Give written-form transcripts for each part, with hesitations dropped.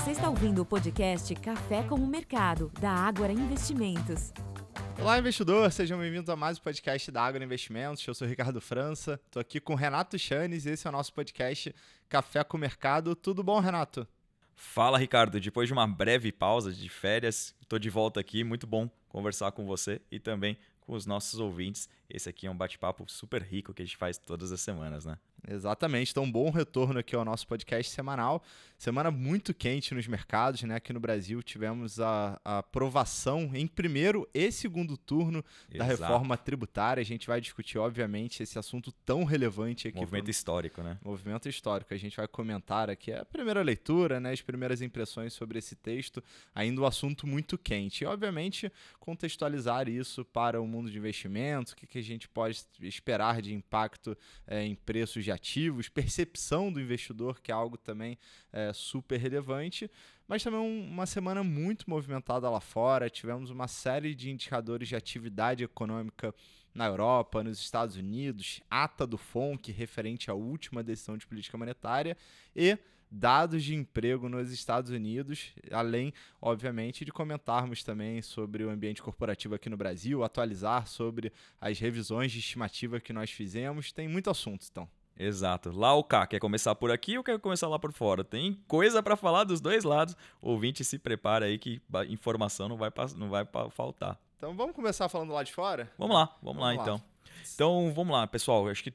Você está ouvindo o podcast Café com o Mercado, da Ágora Investimentos. Olá, investidor! Sejam bem-vindos a mais um podcast da Ágora Investimentos. Eu sou o Ricardo França, estou aqui com o Renato Chanes e esse é o nosso podcast Café com o Mercado. Tudo bom, Renato? Fala, Ricardo. Depois de uma breve pausa de férias, estou de volta aqui. Muito bom conversar com você e também com os nossos ouvintes. Esse aqui é um bate-papo super rico que a gente faz todas as semanas, né? Exatamente, então um bom retorno aqui ao nosso podcast semanal. Semana muito quente nos mercados, né? Aqui no Brasil tivemos a aprovação em primeiro e segundo turno da reforma tributária. A gente vai discutir, obviamente, esse assunto tão relevante aqui. Movimento histórico, né? Movimento histórico. A gente vai comentar aqui a primeira leitura, né? As primeiras impressões sobre esse texto. Ainda um assunto muito quente. E, obviamente, contextualizar isso para o mundo de investimentos, o que a gente pode esperar de impacto em preços de ativos, percepção do investidor, que é algo também super relevante, mas também uma semana muito movimentada lá fora. Tivemos uma série de indicadores de atividade econômica na Europa, nos Estados Unidos, ata do FONC referente à última decisão de política monetária e dados de emprego nos Estados Unidos, além, obviamente, de comentarmos também sobre o ambiente corporativo aqui no Brasil, atualizar sobre as revisões de estimativa que nós fizemos. Tem muito assunto, então. Exato. Lá o K quer começar por aqui ou quer começar lá por fora? Tem coisa para falar dos dois lados. O ouvinte se prepara aí que informação não vai faltar. Então vamos começar falando lá de fora? Vamos lá então. Então vamos lá, pessoal. Acho que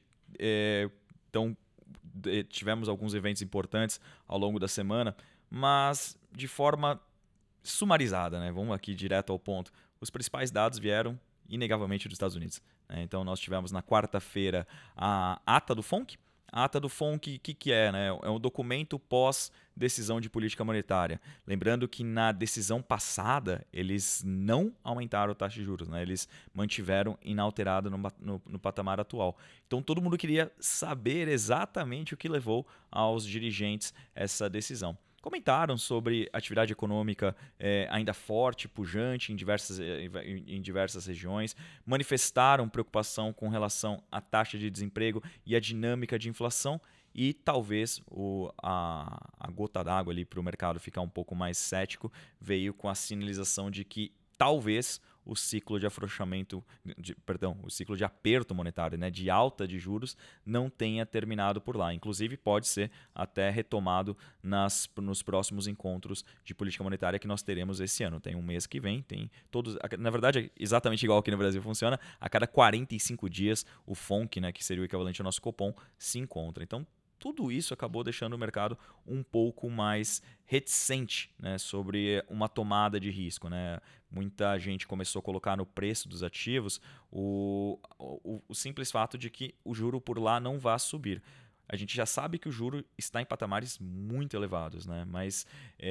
tivemos alguns eventos importantes ao longo da semana, mas de forma sumarizada, né? Vamos aqui direto ao ponto. Os principais dados vieram inegavelmente dos Estados Unidos. Então nós tivemos na quarta-feira a ata do FONC. A ata do FONC, o que é? Né? É um documento pós-decisão de política monetária. Lembrando que na decisão passada, eles não aumentaram a taxa de juros, né? Eles mantiveram inalterado no patamar atual. Então todo mundo queria saber exatamente o que levou aos dirigentes essa decisão. Comentaram sobre atividade econômica ainda forte, pujante em diversas regiões, manifestaram preocupação com relação à taxa de desemprego e à dinâmica de inflação e talvez a gota d'água ali para o mercado ficar um pouco mais cético veio com a sinalização de que talvez o ciclo de o ciclo de aperto monetário, né, de alta de juros, não tenha terminado por lá. Inclusive, pode ser até retomado nos próximos encontros de política monetária que nós teremos esse ano. Tem um mês que vem, tem todos. Na verdade, é exatamente igual aqui no Brasil funciona. A cada 45 dias, o FONC, né, que seria o equivalente ao nosso Copom, se encontra. Então, tudo isso acabou deixando o mercado um pouco mais reticente, né, sobre uma tomada de risco, né? Muita gente começou a colocar no preço dos ativos o simples fato de que o juro por lá não vai subir. A gente já sabe que o juro está em patamares muito elevados, né? Mas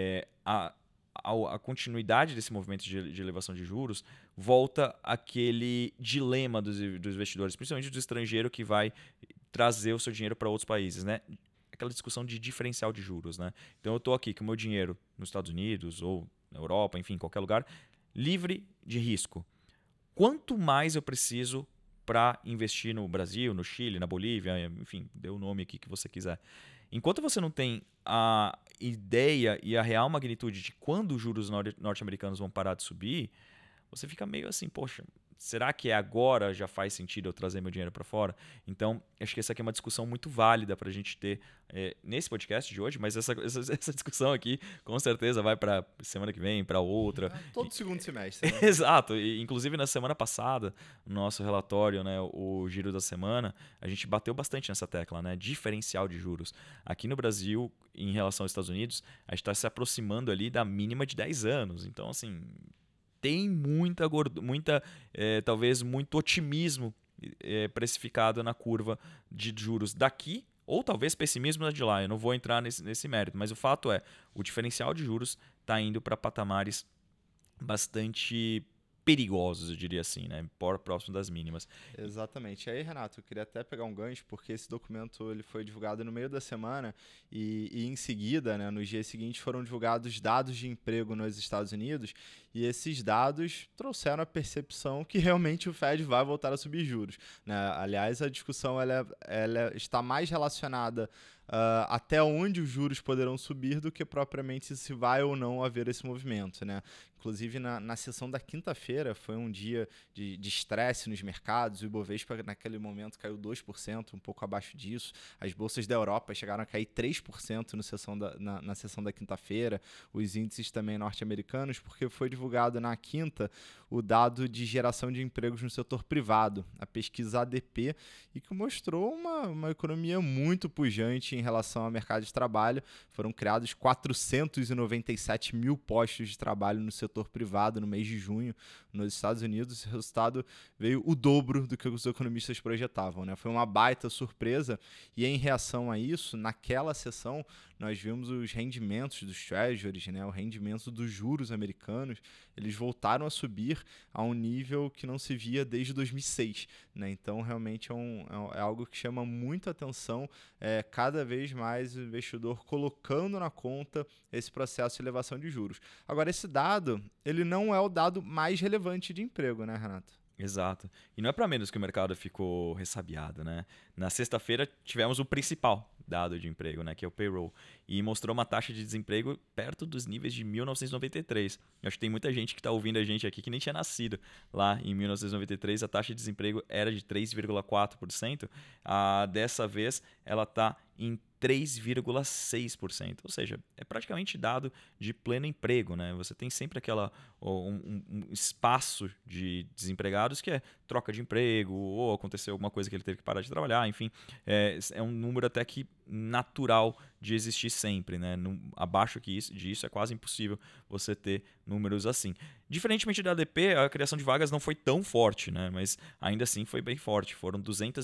a continuidade desse movimento de elevação de juros volta àquele dilema dos investidores, principalmente do estrangeiro que vai trazer o seu dinheiro para outros países, né? Aquela discussão de diferencial de juros, né? Então eu estou aqui com o meu dinheiro nos Estados Unidos ou na Europa, enfim, qualquer lugar, livre de risco. Quanto mais eu preciso para investir no Brasil, no Chile, na Bolívia, enfim, dê o nome aqui que você quiser. Enquanto você não tem a ideia e a real magnitude de quando os juros norte-americanos vão parar de subir, você fica meio assim, poxa, será que agora já faz sentido eu trazer meu dinheiro para fora? Então, acho que essa aqui é uma discussão muito válida para a gente ter nesse podcast de hoje, mas essa discussão aqui com certeza vai para semana que vem, para outra. Todo segundo semestre. Né? Exato. E, inclusive, na semana passada, no nosso relatório, né, o Giro da Semana, a gente bateu bastante nessa tecla, né? Diferencial de juros. Aqui no Brasil, em relação aos Estados Unidos, a gente está se aproximando ali da mínima de 10 anos. Então, assim, tem talvez muito otimismo precificado na curva de juros daqui, ou talvez pessimismo na de lá. Eu não vou entrar nesse mérito, mas o fato é, o diferencial de juros está indo para patamares bastante perigosos, eu diria assim, né? Próximo das mínimas. Exatamente. E aí, Renato, eu queria até pegar um gancho, porque esse documento ele foi divulgado no meio da semana e em seguida, né, nos dias seguintes, foram divulgados dados de emprego nos Estados Unidos e esses dados trouxeram a percepção que realmente o Fed vai voltar a subir juros, né? Aliás, a discussão ela está mais relacionada até onde os juros poderão subir do que propriamente se vai ou não haver esse movimento, né? Inclusive, na sessão da quinta-feira, foi um dia de estresse nos mercados. O Ibovespa, naquele momento, caiu 2%, um pouco abaixo disso. As bolsas da Europa chegaram a cair 3% na sessão da quinta-feira. Os índices também norte-americanos, porque foi divulgado na quinta o dado de geração de empregos no setor privado, a pesquisa ADP, e que mostrou uma economia muito pujante em relação ao mercado de trabalho. Foram criados 497 mil postos de trabalho no setor privado no mês de junho nos Estados Unidos. O resultado veio o dobro do que os economistas projetavam, né? Foi uma baita surpresa, e em reação a isso, naquela sessão, nós vimos os rendimentos dos treasuries, né? O rendimento dos juros americanos, eles voltaram a subir a um nível que não se via desde 2006, né? Então, realmente é algo que chama muita atenção, cada vez mais o investidor colocando na conta esse processo de elevação de juros. Agora, esse dado, ele não é o dado mais relevante de emprego, né, Renato? Exato. E não é para menos que o mercado ficou ressabiado, né? Na sexta-feira tivemos o principal dado de emprego, né, que é o payroll, e mostrou uma taxa de desemprego perto dos níveis de 1993. Eu acho que tem muita gente que está ouvindo a gente aqui que nem tinha nascido lá em 1993. A taxa de desemprego era de 3,4%. Dessa vez ela está em 3,6%, ou seja, é praticamente dado de pleno emprego, né? Você tem sempre um espaço de desempregados que é troca de emprego, ou aconteceu alguma coisa que ele teve que parar de trabalhar, enfim, é um número até que natural de existir sempre, né? Abaixo disso é quase impossível você ter números assim. Diferentemente da ADP, a criação de vagas não foi tão forte, né? Mas ainda assim foi bem forte. Foram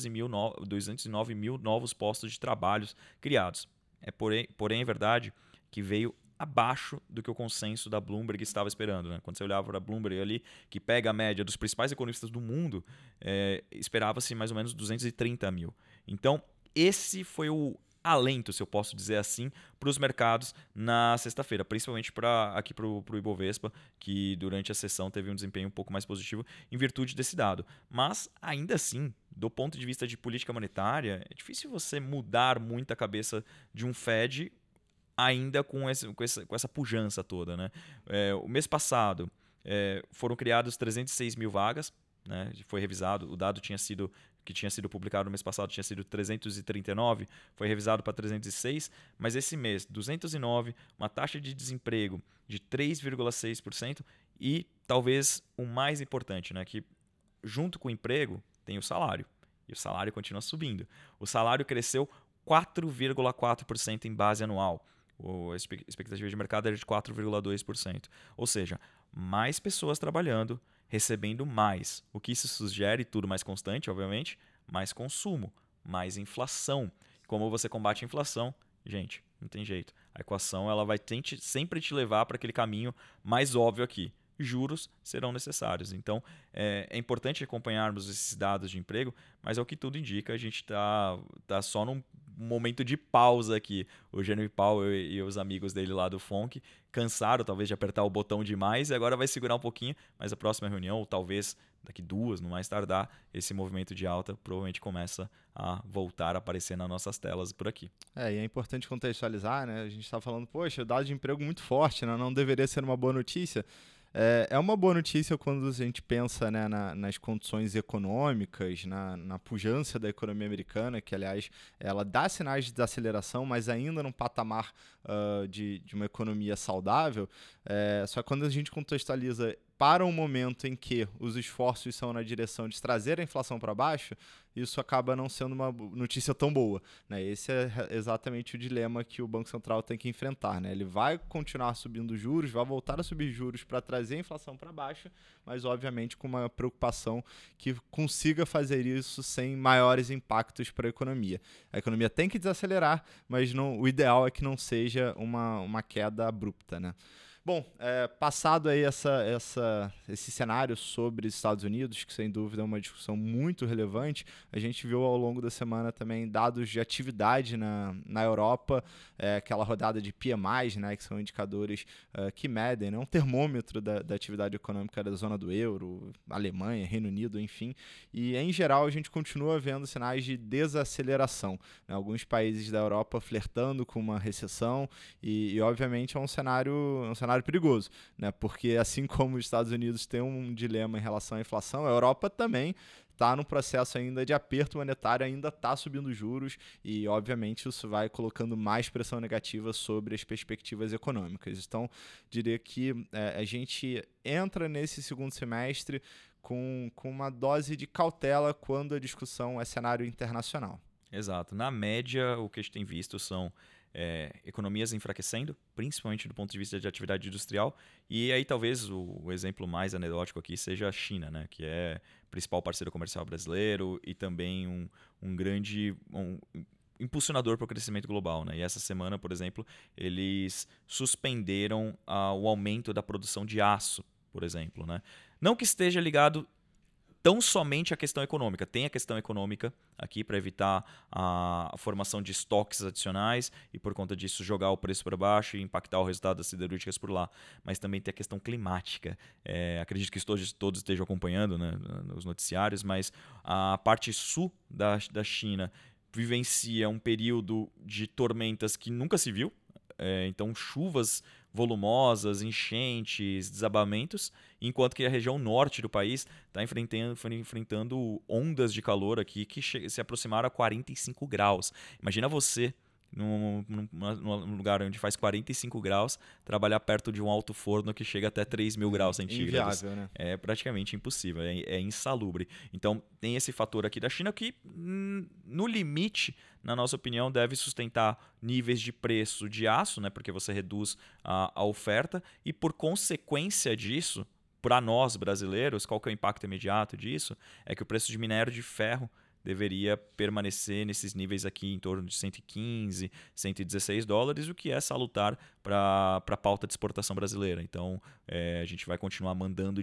209 mil novos postos de trabalho criados. Porém, é verdade que veio abaixo do que o consenso da Bloomberg estava esperando, né? Quando você olhava para a Bloomberg ali, que pega a média dos principais economistas do mundo, esperava-se mais ou menos 230 mil. Então, esse foi o alento, se eu posso dizer assim, para os mercados na sexta-feira, principalmente aqui para o Ibovespa, que durante a sessão teve um desempenho um pouco mais positivo em virtude desse dado. Mas, ainda assim, do ponto de vista de política monetária, é difícil você mudar muito a cabeça de um Fed ainda com essa pujança toda, né? O mês passado foram criadas 306 mil vagas, né? Foi revisado, o dado que tinha sido publicado no mês passado tinha sido 339, foi revisado para 306, mas esse mês 209, uma taxa de desemprego de 3,6% e talvez o mais importante, né, que junto com o emprego tem o salário, e o salário continua subindo. O salário cresceu 4,4% em base anual. A expectativa de mercado era de 4,2%. Ou seja, mais pessoas trabalhando, recebendo mais. O que isso sugere, tudo mais constante, obviamente, mais consumo, mais inflação. Como você combate a inflação? Gente, não tem jeito. A equação ela vai sempre te levar para aquele caminho mais óbvio aqui. Juros serão necessários. Então, é importante acompanharmos esses dados de emprego, mas é o que tudo indica, a gente está só num momento de pausa aqui. O Jeremy Powell e os amigos dele lá do FONC cansaram talvez de apertar o botão demais e agora vai segurar um pouquinho, mas a próxima reunião, ou talvez daqui 2, no mais tardar, esse movimento de alta provavelmente começa a voltar a aparecer nas nossas telas por aqui. E é importante contextualizar, né? A gente está falando, poxa, dado de emprego muito forte, né? Não deveria ser uma boa notícia. É uma boa notícia quando a gente pensa, né, nas condições econômicas, na pujança da economia americana, que, aliás, ela dá sinais de desaceleração, mas ainda num patamar de uma economia saudável. Só que quando a gente contextualiza para um momento em que os esforços são na direção de trazer a inflação para baixo, isso acaba não sendo uma notícia tão boa, né? Esse é exatamente o dilema que o Banco Central tem que enfrentar, né? Ele vai continuar subindo juros, vai voltar a subir juros para trazer a inflação para baixo, mas obviamente com uma preocupação que consiga fazer isso sem maiores impactos para a economia. A economia tem que desacelerar, mas o ideal é que não seja uma queda abrupta, né? Bom, passado aí esse cenário sobre os Estados Unidos, que sem dúvida é uma discussão muito relevante, a gente viu ao longo da semana também dados de atividade na Europa, aquela rodada de PMIs, né, que são indicadores que medem, né, um termômetro da atividade econômica da zona do euro, Alemanha, Reino Unido, enfim. E, em geral, a gente continua vendo sinais de desaceleração, né, alguns países da Europa flertando com uma recessão e obviamente, é um cenário perigoso, né? Porque assim como os Estados Unidos têm um dilema em relação à inflação, a Europa também está no processo ainda de aperto monetário, ainda está subindo juros e, obviamente, isso vai colocando mais pressão negativa sobre as perspectivas econômicas. Então, diria que a gente entra nesse segundo semestre com uma dose de cautela quando a discussão é cenário internacional. Exato. Na média, o que a gente tem visto são economias enfraquecendo, principalmente do ponto de vista de atividade industrial. E aí talvez o exemplo mais anedótico aqui seja a China, né, que é o principal parceiro comercial brasileiro e também um grande impulsionador para o crescimento global. Né? E essa semana, por exemplo, eles suspenderam o aumento da produção de aço, por exemplo. Né? Não que esteja ligado tão somente a questão econômica. Tem a questão econômica aqui para evitar a formação de estoques adicionais e, por conta disso, jogar o preço para baixo e impactar o resultado das siderúrgicas por lá. Mas também tem a questão climática. Acredito que todos estejam acompanhando, né, nos noticiários, mas a parte sul da China vivencia um período de tormentas que nunca se viu. Então, chuvas volumosas, enchentes, desabamentos, enquanto que a região norte do país está enfrentando ondas de calor aqui que se aproximaram a 45 graus. Imagina você, num lugar onde faz 45 graus, trabalhar perto de um alto forno que chega até 3.000 graus centígrados. Inviável, né? É praticamente impossível, é insalubre. Então, tem esse fator aqui da China que, no limite, na nossa opinião, deve sustentar níveis de preço de aço, né, porque você reduz a oferta, e por consequência disso, para nós brasileiros, qual que é o impacto imediato disso? É que o preço de minério de ferro deveria permanecer nesses níveis aqui em torno de 115, 116 dólares, o que é salutar para a pauta de exportação brasileira. Então, a gente vai continuar mandando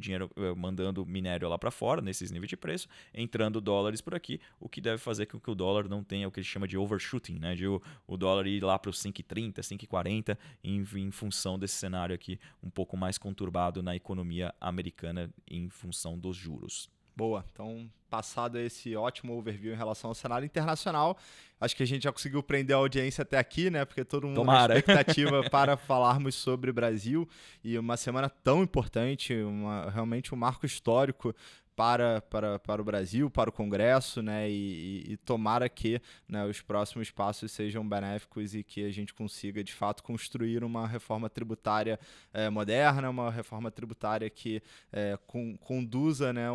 minério lá para fora, nesses níveis de preço, entrando dólares por aqui, o que deve fazer com que o dólar não tenha o que a gente chama de overshooting, né? De o dólar ir lá para os 5,30, 5,40, em função desse cenário aqui um pouco mais conturbado na economia americana em função dos juros. Boa, então passado esse ótimo overview em relação ao cenário internacional, acho que a gente já conseguiu prender a audiência até aqui, né? Porque todo mundo na expectativa para falarmos sobre o Brasil e uma semana tão importante, realmente um marco histórico para o Brasil, para o Congresso, né, e tomara que, né, os próximos passos sejam benéficos e que a gente consiga, de fato, construir uma reforma tributária moderna, uma reforma tributária que conduza, né,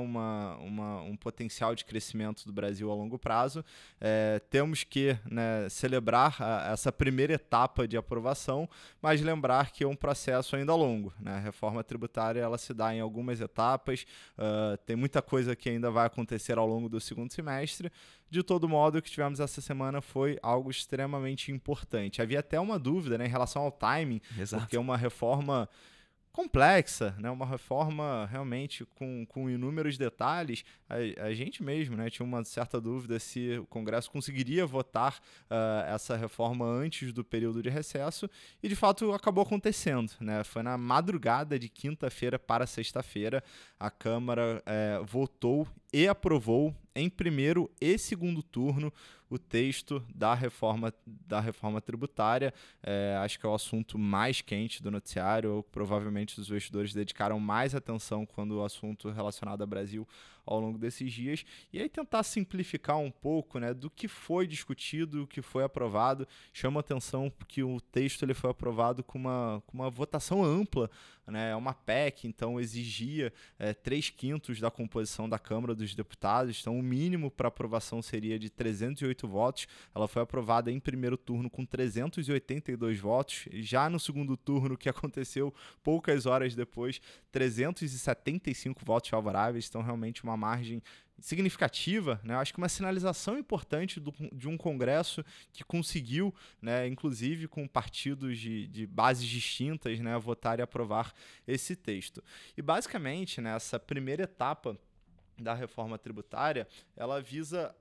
um potencial de crescimento do Brasil a longo prazo. Temos que, né, celebrar essa primeira etapa de aprovação, mas lembrar que é um processo ainda longo. Né? A reforma tributária ela se dá em algumas etapas, tem muita coisa que ainda vai acontecer ao longo do segundo semestre. De todo modo, o que tivemos essa semana foi algo extremamente importante. Havia até uma dúvida, né, em relação ao timing, Exato. porque é uma reforma complexa, né? Uma reforma realmente com inúmeros detalhes. A gente mesmo, né, tinha uma certa dúvida se o Congresso conseguiria votar essa reforma antes do período de recesso e, de fato, acabou acontecendo. Né? Foi na madrugada de quinta-feira para sexta-feira, a Câmara votou e aprovou em primeiro e segundo turno o texto da reforma tributária. Acho que é o assunto mais quente do noticiário. Provavelmente os investidores dedicaram mais atenção quando o assunto relacionado ao Brasil ao longo desses dias. E aí tentar simplificar um pouco, né, do que foi discutido, o que foi aprovado. Chama atenção que o texto ele foi aprovado com uma votação ampla. Né, é uma PEC, então exigia 3/5 da composição da Câmara dos Deputados, então o mínimo para aprovação seria de 308 votos. Ela foi aprovada em primeiro turno com 382 votos, já no segundo turno, que aconteceu poucas horas depois, 375 votos favoráveis, então realmente uma margem significativa, né? Acho que uma sinalização importante de um Congresso que conseguiu, né, inclusive com partidos de bases distintas, né, votar e aprovar esse texto. E basicamente, né, essa primeira etapa da reforma tributária, ela visa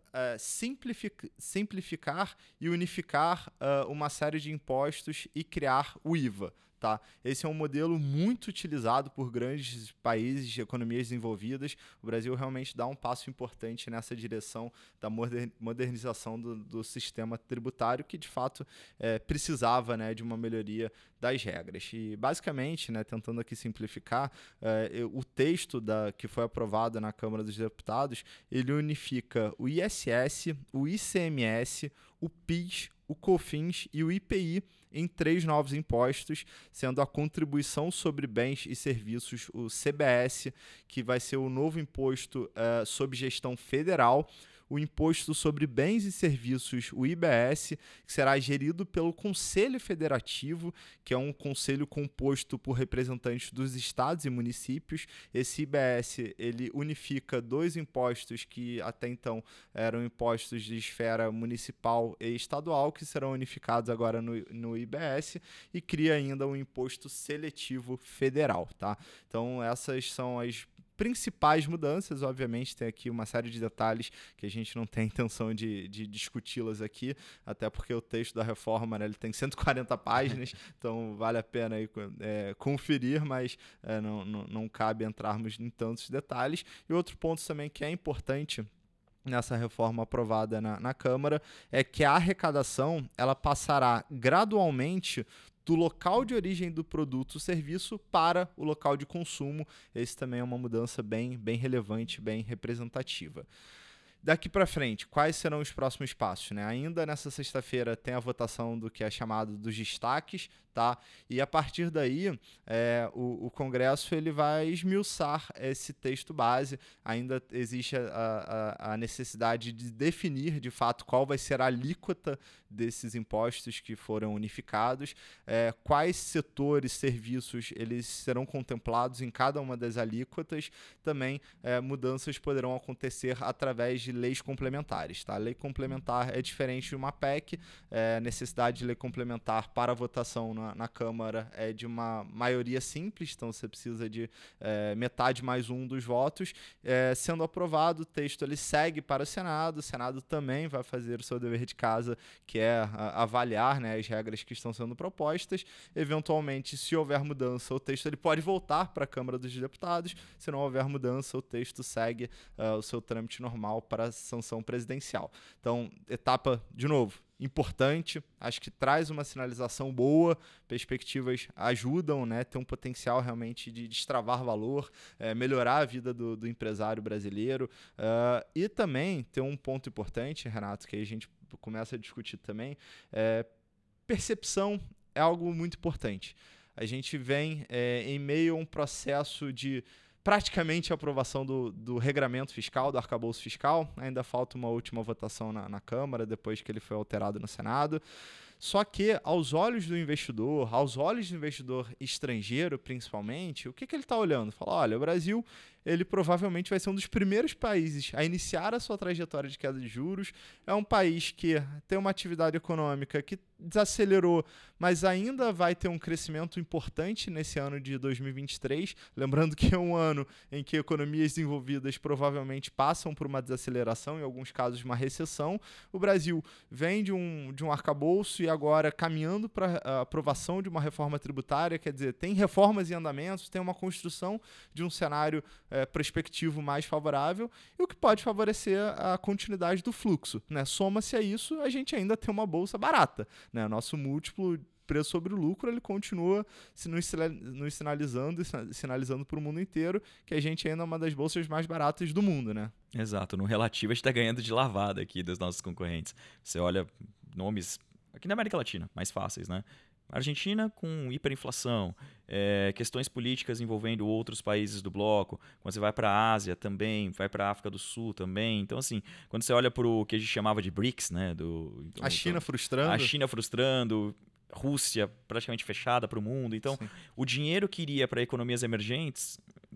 simplificar e unificar uma série de impostos e criar o IVA. Tá? Esse é um modelo muito utilizado por grandes países de economias desenvolvidas. O Brasil realmente dá um passo importante nessa direção da modernização do sistema tributário, que de fato precisava, né, de uma melhoria das regras. E basicamente, né, tentando aqui simplificar, o texto que foi aprovado na Câmara dos Deputados, ele unifica o ISS, o ICMS, o PIS, o COFINS e o IPI em 3 novos impostos, sendo a contribuição sobre bens e serviços, o CBS, que vai ser o novo imposto sob gestão federal, o Imposto sobre Bens e Serviços, o IBS, que será gerido pelo Conselho Federativo, que é um conselho composto por representantes dos estados e municípios. Esse IBS, ele unifica 2 impostos que até então eram impostos de esfera municipal e estadual, que serão unificados agora no IBS, e cria ainda um imposto seletivo federal, tá? Então, essas são as principais mudanças. Obviamente tem aqui uma série de detalhes que a gente não tem a intenção de discuti-las aqui, até porque o texto da reforma, né, ele tem 140 páginas, então vale a pena aí, conferir, mas não cabe entrarmos em tantos detalhes. E outro ponto também que é importante nessa reforma aprovada na Câmara é que a arrecadação ela passará gradualmente do local de origem do produto ou serviço para o local de consumo. Esse também é uma mudança bem relevante, bem representativa. Daqui para frente, quais serão os próximos passos, né? Ainda nessa sexta-feira tem a votação do que é chamado dos destaques, tá? E a partir daí, o Congresso ele vai esmiuçar esse texto base. Ainda existe a necessidade de definir, de fato, qual vai ser a alíquota desses impostos que foram unificados, quais setores, serviços, eles serão contemplados em cada uma das alíquotas. Também mudanças poderão acontecer através de leis complementares. Tá? A lei complementar é diferente de uma PEC, necessidade de lei complementar para votação na Câmara é de uma maioria simples, então você precisa de metade mais um dos votos. Sendo aprovado, o texto ele segue para o Senado também vai fazer o seu dever de casa, que é avaliar, né, as regras que estão sendo propostas. Eventualmente, se houver mudança, o texto ele pode voltar para a Câmara dos Deputados. Se não houver mudança, o texto segue o seu trâmite normal para a sanção presidencial. Então, etapa, de novo, importante, acho que traz uma sinalização boa, perspectivas ajudam, né, tem um potencial realmente de destravar valor, melhorar a vida do empresário brasileiro, e também tem um ponto importante, Renato, que aí a gente começa a discutir também, percepção é algo muito importante. A gente vem em meio a um processo de praticamente a aprovação do regramento fiscal, do arcabouço fiscal. Ainda falta uma última votação na Câmara, depois que ele foi alterado no Senado. Só que, aos olhos do investidor, estrangeiro principalmente, o que ele está olhando? Fala, olha, o Brasil ele provavelmente vai ser um dos primeiros países a iniciar a sua trajetória de queda de juros. É um país que tem uma atividade econômica que desacelerou, mas ainda vai ter um crescimento importante nesse ano de 2023. Lembrando que é um ano em que economias desenvolvidas provavelmente passam por uma desaceleração, em alguns casos uma recessão. O Brasil vem de um arcabouço e agora caminhando para a aprovação de uma reforma tributária, quer dizer, tem reformas em andamentos, tem uma construção de um cenário prospectivo mais favorável, e o que pode favorecer a continuidade do fluxo, né? Soma-se a isso, a gente ainda tem uma bolsa barata, né? O nosso múltiplo preço sobre o lucro, ele continua nos sinalizando para o mundo inteiro que a gente ainda é uma das bolsas mais baratas do mundo, né? Exato, no relativo a gente está ganhando de lavada aqui dos nossos concorrentes. Você olha nomes aqui na América Latina, mais fáceis, né? Argentina com hiperinflação, questões políticas envolvendo outros países do bloco. Quando você vai para a Ásia também, vai para a África do Sul também. Então, assim, quando você olha para o que a gente chamava de BRICS, né? A China frustrando, Rússia praticamente fechada para o mundo. Então, sim, o dinheiro que iria para economias emergentes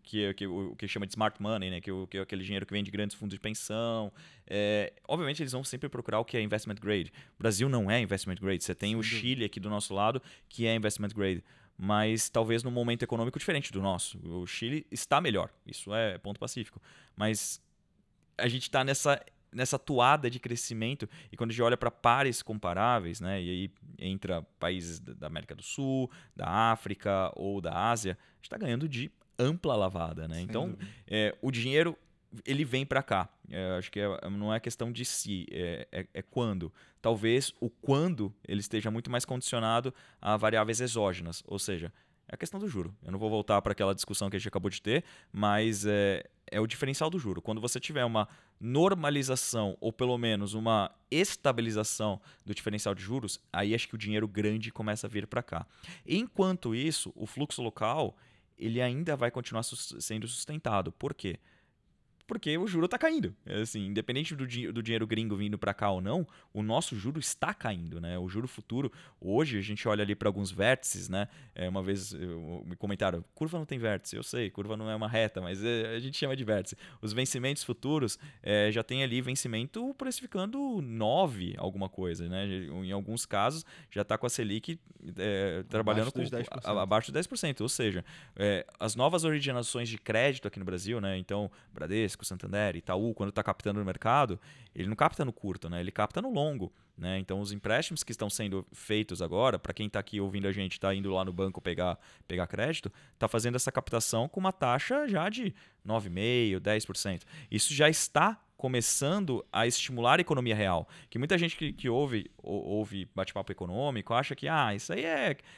o que chama de smart money, né? Que é aquele dinheiro que vem de grandes fundos de pensão. Obviamente, eles vão sempre procurar o que é investment grade. O Brasil não é investment grade. Você tem o Chile aqui do nosso lado, que é investment grade. Mas talvez num momento econômico diferente do nosso. O Chile está melhor. Isso é ponto pacífico. Mas a gente está nessa toada de crescimento, e quando a gente olha para pares comparáveis, né, e aí entra países da América do Sul, da África ou da Ásia, a gente está ganhando de ampla lavada. Né? Então, o dinheiro ele vem para cá. Acho que não é questão de se, é quando. Talvez o quando ele esteja muito mais condicionado a variáveis exógenas, ou seja, é a questão do juro. Eu não vou voltar para aquela discussão que a gente acabou de ter, mas é o diferencial do juro. Quando você tiver uma normalização ou pelo menos uma estabilização do diferencial de juros, aí acho que o dinheiro grande começa a vir para cá. Enquanto isso, o fluxo local ele ainda vai continuar sendo sustentado. Por quê? Porque o juro está caindo. Assim, independente do dinheiro gringo vindo para cá ou não, o nosso juro está caindo. Né? O juro futuro, hoje a gente olha ali para alguns vértices. Né? Uma vez me comentaram, curva não tem vértice. Eu sei, curva não é uma reta, mas a gente chama de vértice. Os vencimentos futuros já tem ali vencimento precificando 9 alguma coisa. Né? Em alguns casos já está com a Selic trabalhando abaixo dos 10%. Ou seja, as novas originações de crédito aqui no Brasil, né? Então, Bradesco, Santander, Itaú, quando está captando no mercado, ele não capta no curto, né? Ele capta no longo. Né? Então, os empréstimos que estão sendo feitos agora, para quem está aqui ouvindo a gente, está indo lá no banco pegar crédito, está fazendo essa captação com uma taxa já de 9,5%, 10%. Isso já está começando a estimular a economia real. Que muita gente que ouve bate-papo econômico acha que isso aí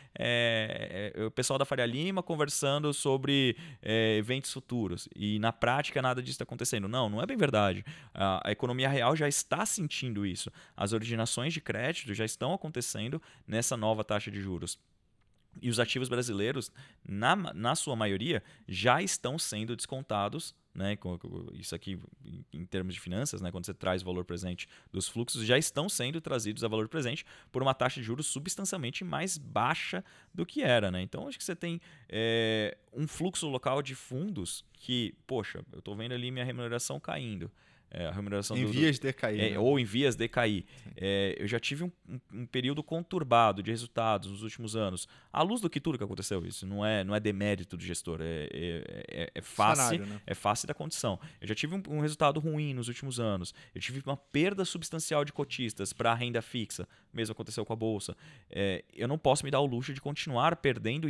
é o pessoal da Faria Lima conversando sobre eventos futuros. E na prática nada disso está acontecendo. Não é bem verdade. A economia real já está sentindo isso. As originações de crédito já estão acontecendo nessa nova taxa de juros. E os ativos brasileiros, na sua maioria, já estão sendo descontados. Né, isso aqui em termos de finanças, né, quando você traz o valor presente dos fluxos, já estão sendo trazidos a valor presente por uma taxa de juros substancialmente mais baixa do que era. Né? Então, acho que você tem um fluxo local de fundos que, poxa, eu estou vendo ali minha remuneração caindo. A remuneração em vias de cair. Né? Ou em vias de cair. Eu já tive um período conturbado de resultados nos últimos anos. À luz do que tudo que aconteceu, isso não é demérito do gestor, é face, cenário, né? É face da condição. Eu já tive um resultado ruim nos últimos anos. Eu tive uma perda substancial de cotistas para a renda fixa. Mesmo aconteceu com a Bolsa. Eu não posso me dar o luxo de continuar perdendo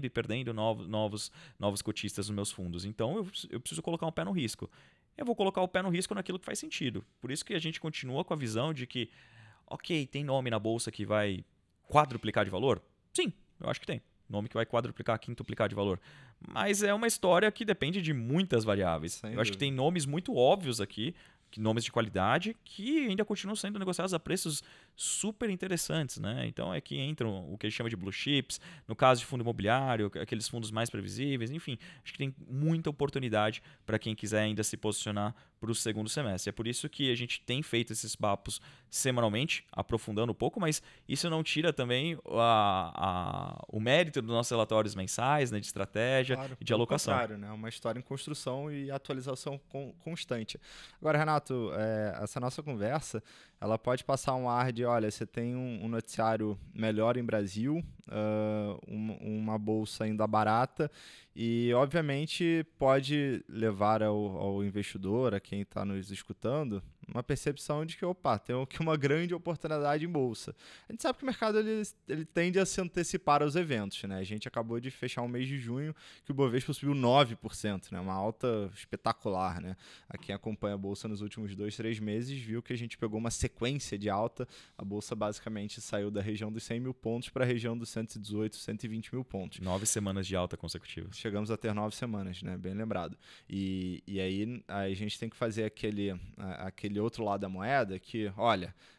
novos cotistas nos meus fundos. Então, eu preciso colocar um pé no risco. Eu vou colocar o pé no risco naquilo que faz sentido. Por isso que a gente continua com a visão de que, ok, tem nome na bolsa que vai quadruplicar de valor? Sim, eu acho que tem. Nome que vai quadruplicar, quintuplicar de valor. Mas é uma história que depende de muitas variáveis. Sem dúvida. Acho que tem nomes muito óbvios aqui, nomes de qualidade, que ainda continuam sendo negociados a preços super interessantes. Né? Então, aqui entram o que a gente chama de blue chips, no caso de fundo imobiliário, aqueles fundos mais previsíveis, enfim, acho que tem muita oportunidade para quem quiser ainda se posicionar para o segundo semestre. É por isso que a gente tem feito esses papos semanalmente, aprofundando um pouco, mas isso não tira também o mérito dos nossos relatórios mensais, né, de estratégia e de alocação. Claro, né? Uma história em construção e atualização constante. Agora, Renato, essa nossa conversa, ela pode passar um ar de, olha, você tem um noticiário melhor em Brasil, uma bolsa ainda barata, e obviamente pode levar ao investidor, a quem está nos escutando, uma percepção de que, tem aqui uma grande oportunidade em bolsa. A gente sabe que o mercado ele tende a se antecipar aos eventos. Né? A gente acabou de fechar um mês de junho que o Bovespa subiu 9%, né? Uma alta espetacular. Né? A quem acompanha a bolsa nos últimos 2-3 meses viu que a gente pegou uma sequência de alta. A bolsa basicamente saiu da região dos 100 mil pontos para a região dos 118, 120 mil pontos. 9 semanas de alta consecutivas. Chegamos a ter 9 semanas, né? Bem lembrado. E aí a gente tem que fazer aquele outro lado da moeda que, olha,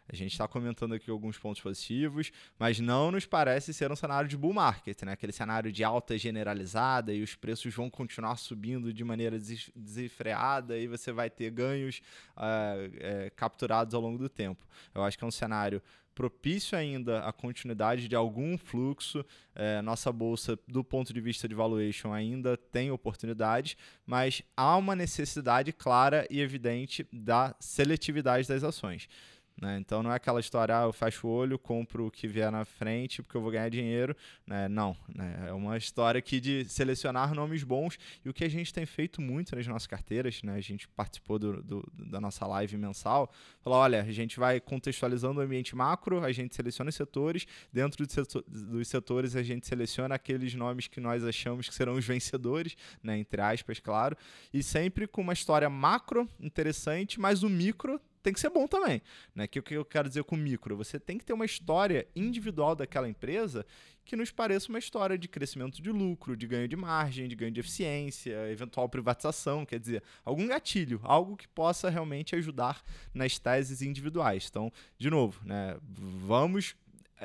A gente está comentando aqui alguns pontos positivos, mas não nos parece ser um cenário de bull market, né? Aquele cenário de alta generalizada e os preços vão continuar subindo de maneira desenfreada e você vai ter ganhos capturados ao longo do tempo. Eu acho que é um cenário propício ainda à continuidade de algum fluxo. Nossa bolsa, do ponto de vista de valuation, ainda tem oportunidades, mas há uma necessidade clara e evidente da seletividade das ações. Né? Então não é aquela história, eu fecho o olho, compro o que vier na frente porque eu vou ganhar dinheiro. Né? Não, né? É uma história aqui de selecionar nomes bons, e o que a gente tem feito muito nas nossas carteiras, né? A gente participou da nossa live mensal, falou, olha, a gente vai contextualizando o ambiente macro, a gente seleciona os setores, dentro dos setores a gente seleciona aqueles nomes que nós achamos que serão os vencedores, né? Entre aspas, claro, e sempre com uma história macro interessante, mas o micro tem que ser bom também. Né? O que eu quero dizer com micro? Você tem que ter uma história individual daquela empresa que nos pareça uma história de crescimento de lucro, de ganho de margem, de ganho de eficiência, eventual privatização, quer dizer, algum gatilho, algo que possa realmente ajudar nas teses individuais. Então, de novo, né, vamos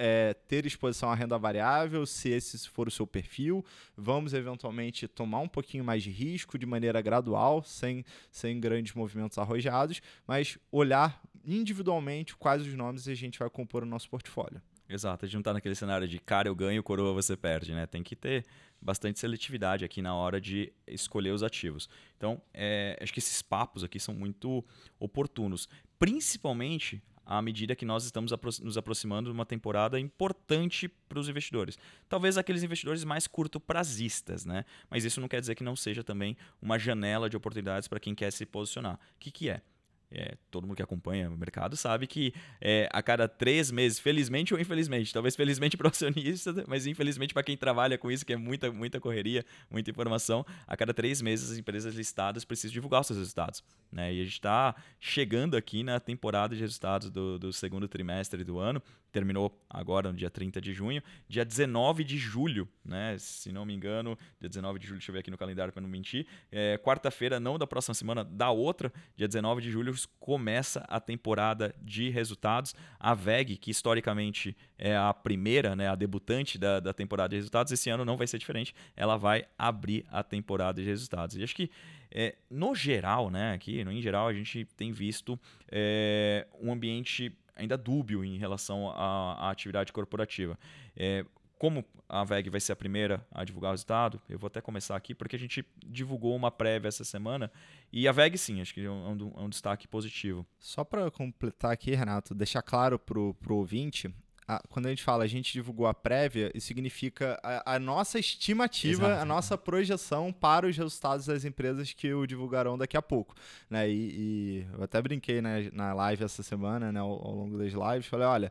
ter exposição à renda variável, se esse for o seu perfil. Vamos, eventualmente, tomar um pouquinho mais de risco de maneira gradual, sem grandes movimentos arrojados, mas olhar individualmente quais os nomes a gente vai compor no nosso portfólio. Exato, a gente não está naquele cenário de cara eu ganho, coroa você perde, né? Tem que ter bastante seletividade aqui na hora de escolher os ativos. Então, acho que esses papos aqui são muito oportunos, principalmente à medida que nós estamos nos aproximando de uma temporada importante para os investidores. Talvez aqueles investidores mais curto-prazistas, né? Mas isso não quer dizer que não seja também uma janela de oportunidades para quem quer se posicionar. O que é? Todo mundo que acompanha o mercado sabe que a cada 3 meses, felizmente ou infelizmente, talvez felizmente para o acionista, mas infelizmente para quem trabalha com isso, que é muita, muita correria, muita informação, a cada 3 meses as empresas listadas precisam divulgar os seus resultados. Né? E a gente está chegando aqui na temporada de resultados do segundo trimestre do ano, terminou agora no dia 30 de junho, dia 19 de julho, né? Se não me engano, dia 19 de julho, deixa eu ver aqui no calendário para não mentir, quarta-feira, não da próxima semana, da outra, dia 19 de julho, começa a temporada de resultados. A VEG, que historicamente é a primeira, né, a debutante da temporada de resultados, esse ano não vai ser diferente, ela vai abrir a temporada de resultados. E acho que, no geral, né, aqui, em geral, a gente tem visto um ambiente ainda dúbio em relação à atividade corporativa. Como a VEG vai ser a primeira a divulgar o resultado, eu vou até começar aqui, porque a gente divulgou uma prévia essa semana, e a VEG, sim, acho que é um destaque positivo. Só para completar aqui, Renato, deixar claro para o ouvinte, quando a gente fala a gente divulgou a prévia, isso significa a nossa estimativa, exato, a nossa projeção para os resultados das empresas que o divulgarão daqui a pouco. Né? E eu até brinquei, né, na live essa semana, né, ao longo das lives, falei, olha,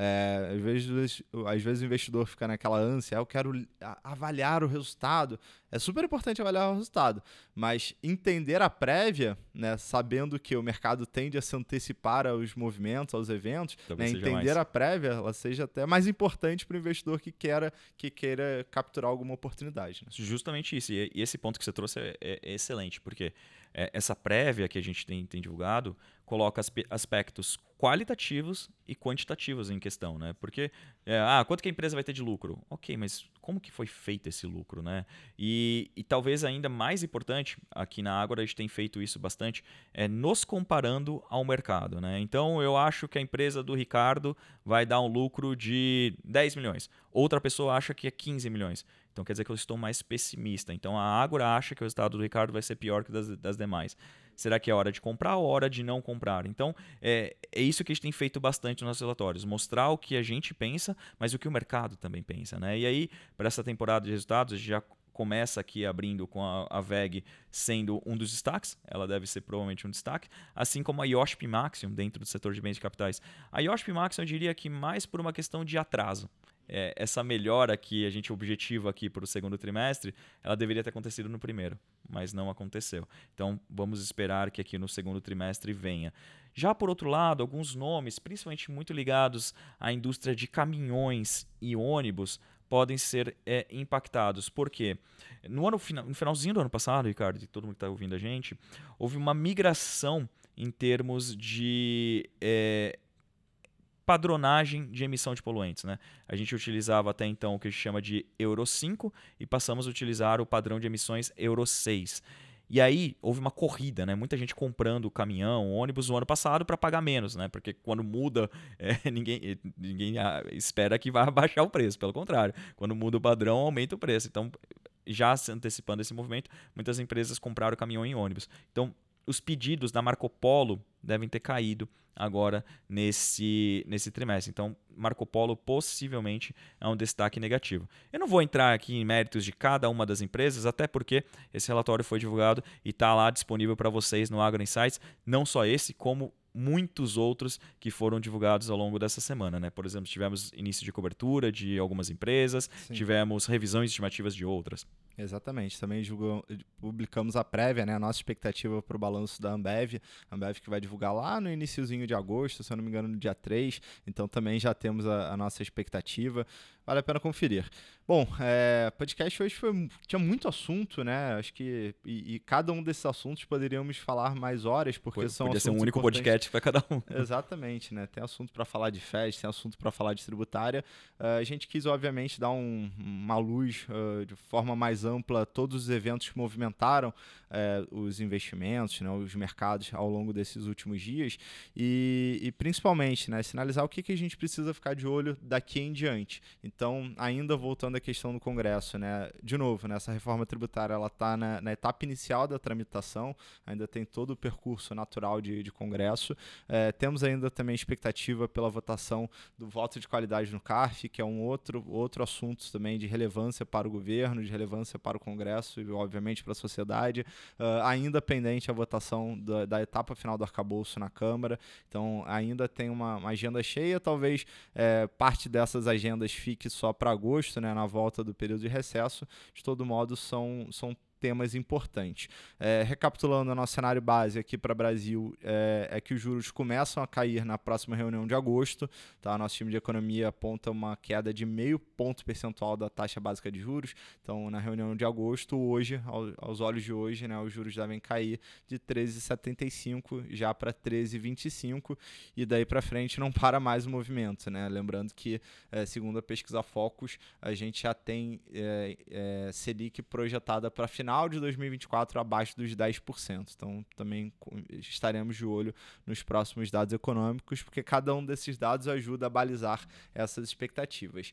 às vezes o investidor fica naquela ânsia, eu quero avaliar o resultado. É super importante avaliar o resultado, mas entender a prévia, né, sabendo que o mercado tende a se antecipar aos movimentos, aos eventos, né, entender a prévia, ela seja até mais importante para o investidor que queira capturar alguma oportunidade. Né? Justamente isso, e esse ponto que você trouxe é excelente, porque essa prévia que a gente tem divulgado coloca aspectos qualitativos e quantitativos em questão, né? Porque, quanto que a empresa vai ter de lucro? Ok, mas como que foi feito esse lucro, né? E talvez ainda mais importante, aqui na Ágora a gente tem feito isso bastante, nos comparando ao mercado, né? Então, eu acho que a empresa do Ricardo vai dar um lucro de 10 milhões. Outra pessoa acha que é 15 milhões. Então, quer dizer que eu estou mais pessimista. Então, a Ágora acha que o resultado do Ricardo vai ser pior que das demais. Será que é hora de comprar ou hora de não comprar? Então, é isso que a gente tem feito bastante nos nossos relatórios. Mostrar o que a gente pensa, mas o que o mercado também pensa. Né? E aí, para essa temporada de resultados, a gente já começa aqui abrindo com a VEG sendo um dos destaques. Ela deve ser provavelmente um destaque. Assim como a IOSP Maxion dentro do setor de bens de capitais. A IOSP Maxion eu diria que mais por uma questão de atraso. Essa melhora que a gente objetiva aqui para o segundo trimestre, ela deveria ter acontecido no primeiro, mas não aconteceu. Então, vamos esperar que aqui no segundo trimestre venha. Já por outro lado, alguns nomes, principalmente muito ligados à indústria de caminhões e ônibus, podem ser impactados. Por quê? No finalzinho do ano passado, Ricardo, e todo mundo que está ouvindo a gente, houve uma migração em termos de padronagem de emissão de poluentes, né? A gente utilizava até então o que a gente chama de Euro 5 e passamos a utilizar o padrão de emissões Euro 6. E aí houve uma corrida, né? Muita gente comprando caminhão, ônibus no ano passado para pagar menos, né? Porque quando muda, ninguém espera que vá baixar o preço. Pelo contrário, quando muda o padrão, aumenta o preço. Então, já se antecipando esse movimento, muitas empresas compraram caminhão e ônibus. Então, os pedidos da Marco Polo devem ter caído agora nesse trimestre. Então, Marco Polo possivelmente é um destaque negativo. Eu não vou entrar aqui em méritos de cada uma das empresas, até porque esse relatório foi divulgado e está lá disponível para vocês no Agro Insights. Não só esse, como muitos outros que foram divulgados ao longo dessa semana, né? Por exemplo, tivemos início de cobertura de algumas empresas, tivemos revisões estimativas de outras. Exatamente, também publicamos a prévia, né, a nossa expectativa para o balanço da Ambev que vai divulgar lá no iniciozinho de agosto, se eu não me engano no dia 3, então também já temos a nossa expectativa, vale a pena conferir. Bom, podcast hoje tinha muito assunto, né, acho que e cada um desses assuntos poderíamos falar mais horas, porque são podia assuntos ser um único importantes. podcast para cada um. Exatamente, né, tem assunto para falar de FED, tem assunto para falar de tributária, a gente quis obviamente dar uma luz de forma mais ampla todos os eventos que movimentaram os investimentos, né, os mercados ao longo desses últimos dias e principalmente, né, sinalizar o que a gente precisa ficar de olho daqui em diante. Então, ainda voltando à questão do Congresso, né, de novo, né, essa reforma tributária ela está na etapa inicial da tramitação, ainda tem todo o percurso natural de Congresso. Temos ainda também expectativa pela votação do voto de qualidade no CARF, que é um outro assunto também de relevância para o governo, de relevância para o Congresso e, obviamente, para a sociedade. Ainda pendente a votação da etapa final do arcabouço na Câmara. Então, ainda tem uma agenda cheia. Talvez parte dessas agendas fique só para agosto, né, na volta do período de recesso. De todo modo, são temas importantes. Recapitulando o nosso cenário base aqui para o Brasil, é que os juros começam a cair na próxima reunião de agosto. Tá? Nosso time de economia aponta uma queda de 0,5 ponto percentual da taxa básica de juros. Então, na reunião de agosto, hoje, aos olhos de hoje, né, os juros devem cair de 13,75 já para 13,25 e daí para frente não para mais o movimento. Né? Lembrando que, segundo a pesquisa Focus, a gente já tem Selic projetada para final de 2024 abaixo dos 10%. Então, também estaremos de olho nos próximos dados econômicos, porque cada um desses dados ajuda a balizar essas expectativas.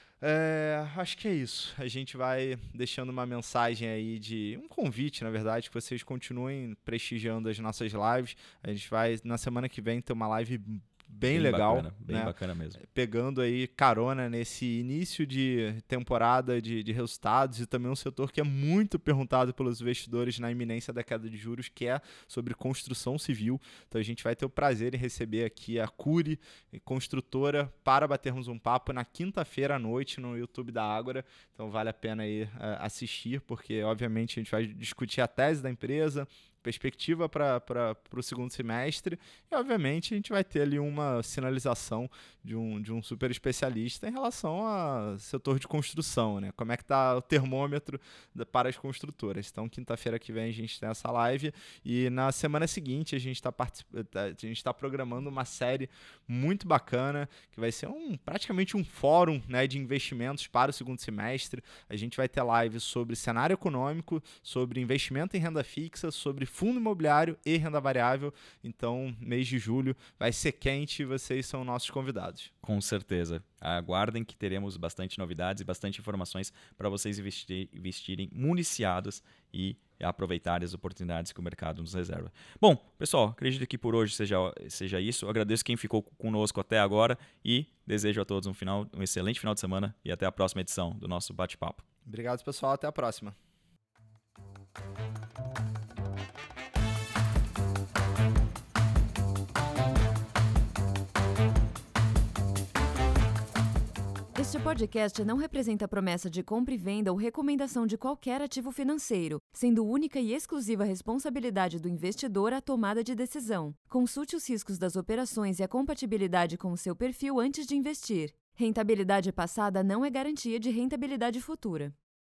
Acho que é isso. A gente vai deixando uma mensagem aí um convite, na verdade, que vocês continuem prestigiando as nossas lives. A gente vai, na semana que vem, ter uma live bem legal, bacana, bem né? bacana mesmo. Pegando aí carona nesse início de temporada de resultados e também um setor que é muito perguntado pelos investidores na iminência da queda de juros, que é sobre construção civil. Então a gente vai ter o prazer em receber aqui a Cury, construtora, para batermos um papo na quinta-feira à noite no YouTube da Ágora. Então vale a pena aí assistir, porque obviamente a gente vai discutir a tese da empresa, perspectiva para o segundo semestre e, obviamente, a gente vai ter ali uma sinalização de um super especialista em relação ao setor de construção, né? Como é que está o termômetro para as construtoras. Então, quinta-feira que vem a gente tem essa live e na semana seguinte a gente está programando uma série muito bacana que vai ser praticamente um fórum, né, de investimentos para o segundo semestre. A gente vai ter lives sobre cenário econômico, sobre investimento em renda fixa, sobre fundo imobiliário e renda variável. Então, mês de julho vai ser quente e vocês são nossos convidados. Com certeza. Aguardem que teremos bastante novidades e bastante informações para vocês investirem municiados e aproveitarem as oportunidades que o mercado nos reserva. Bom, pessoal, acredito que por hoje seja isso. Eu agradeço quem ficou conosco até agora e desejo a todos um excelente final de semana e até a próxima edição do nosso bate-papo. Obrigado, pessoal. Até a próxima. Este podcast não representa promessa de compra e venda ou recomendação de qualquer ativo financeiro, sendo única e exclusiva responsabilidade do investidor a tomada de decisão. Consulte os riscos das operações e a compatibilidade com o seu perfil antes de investir. Rentabilidade passada não é garantia de rentabilidade futura.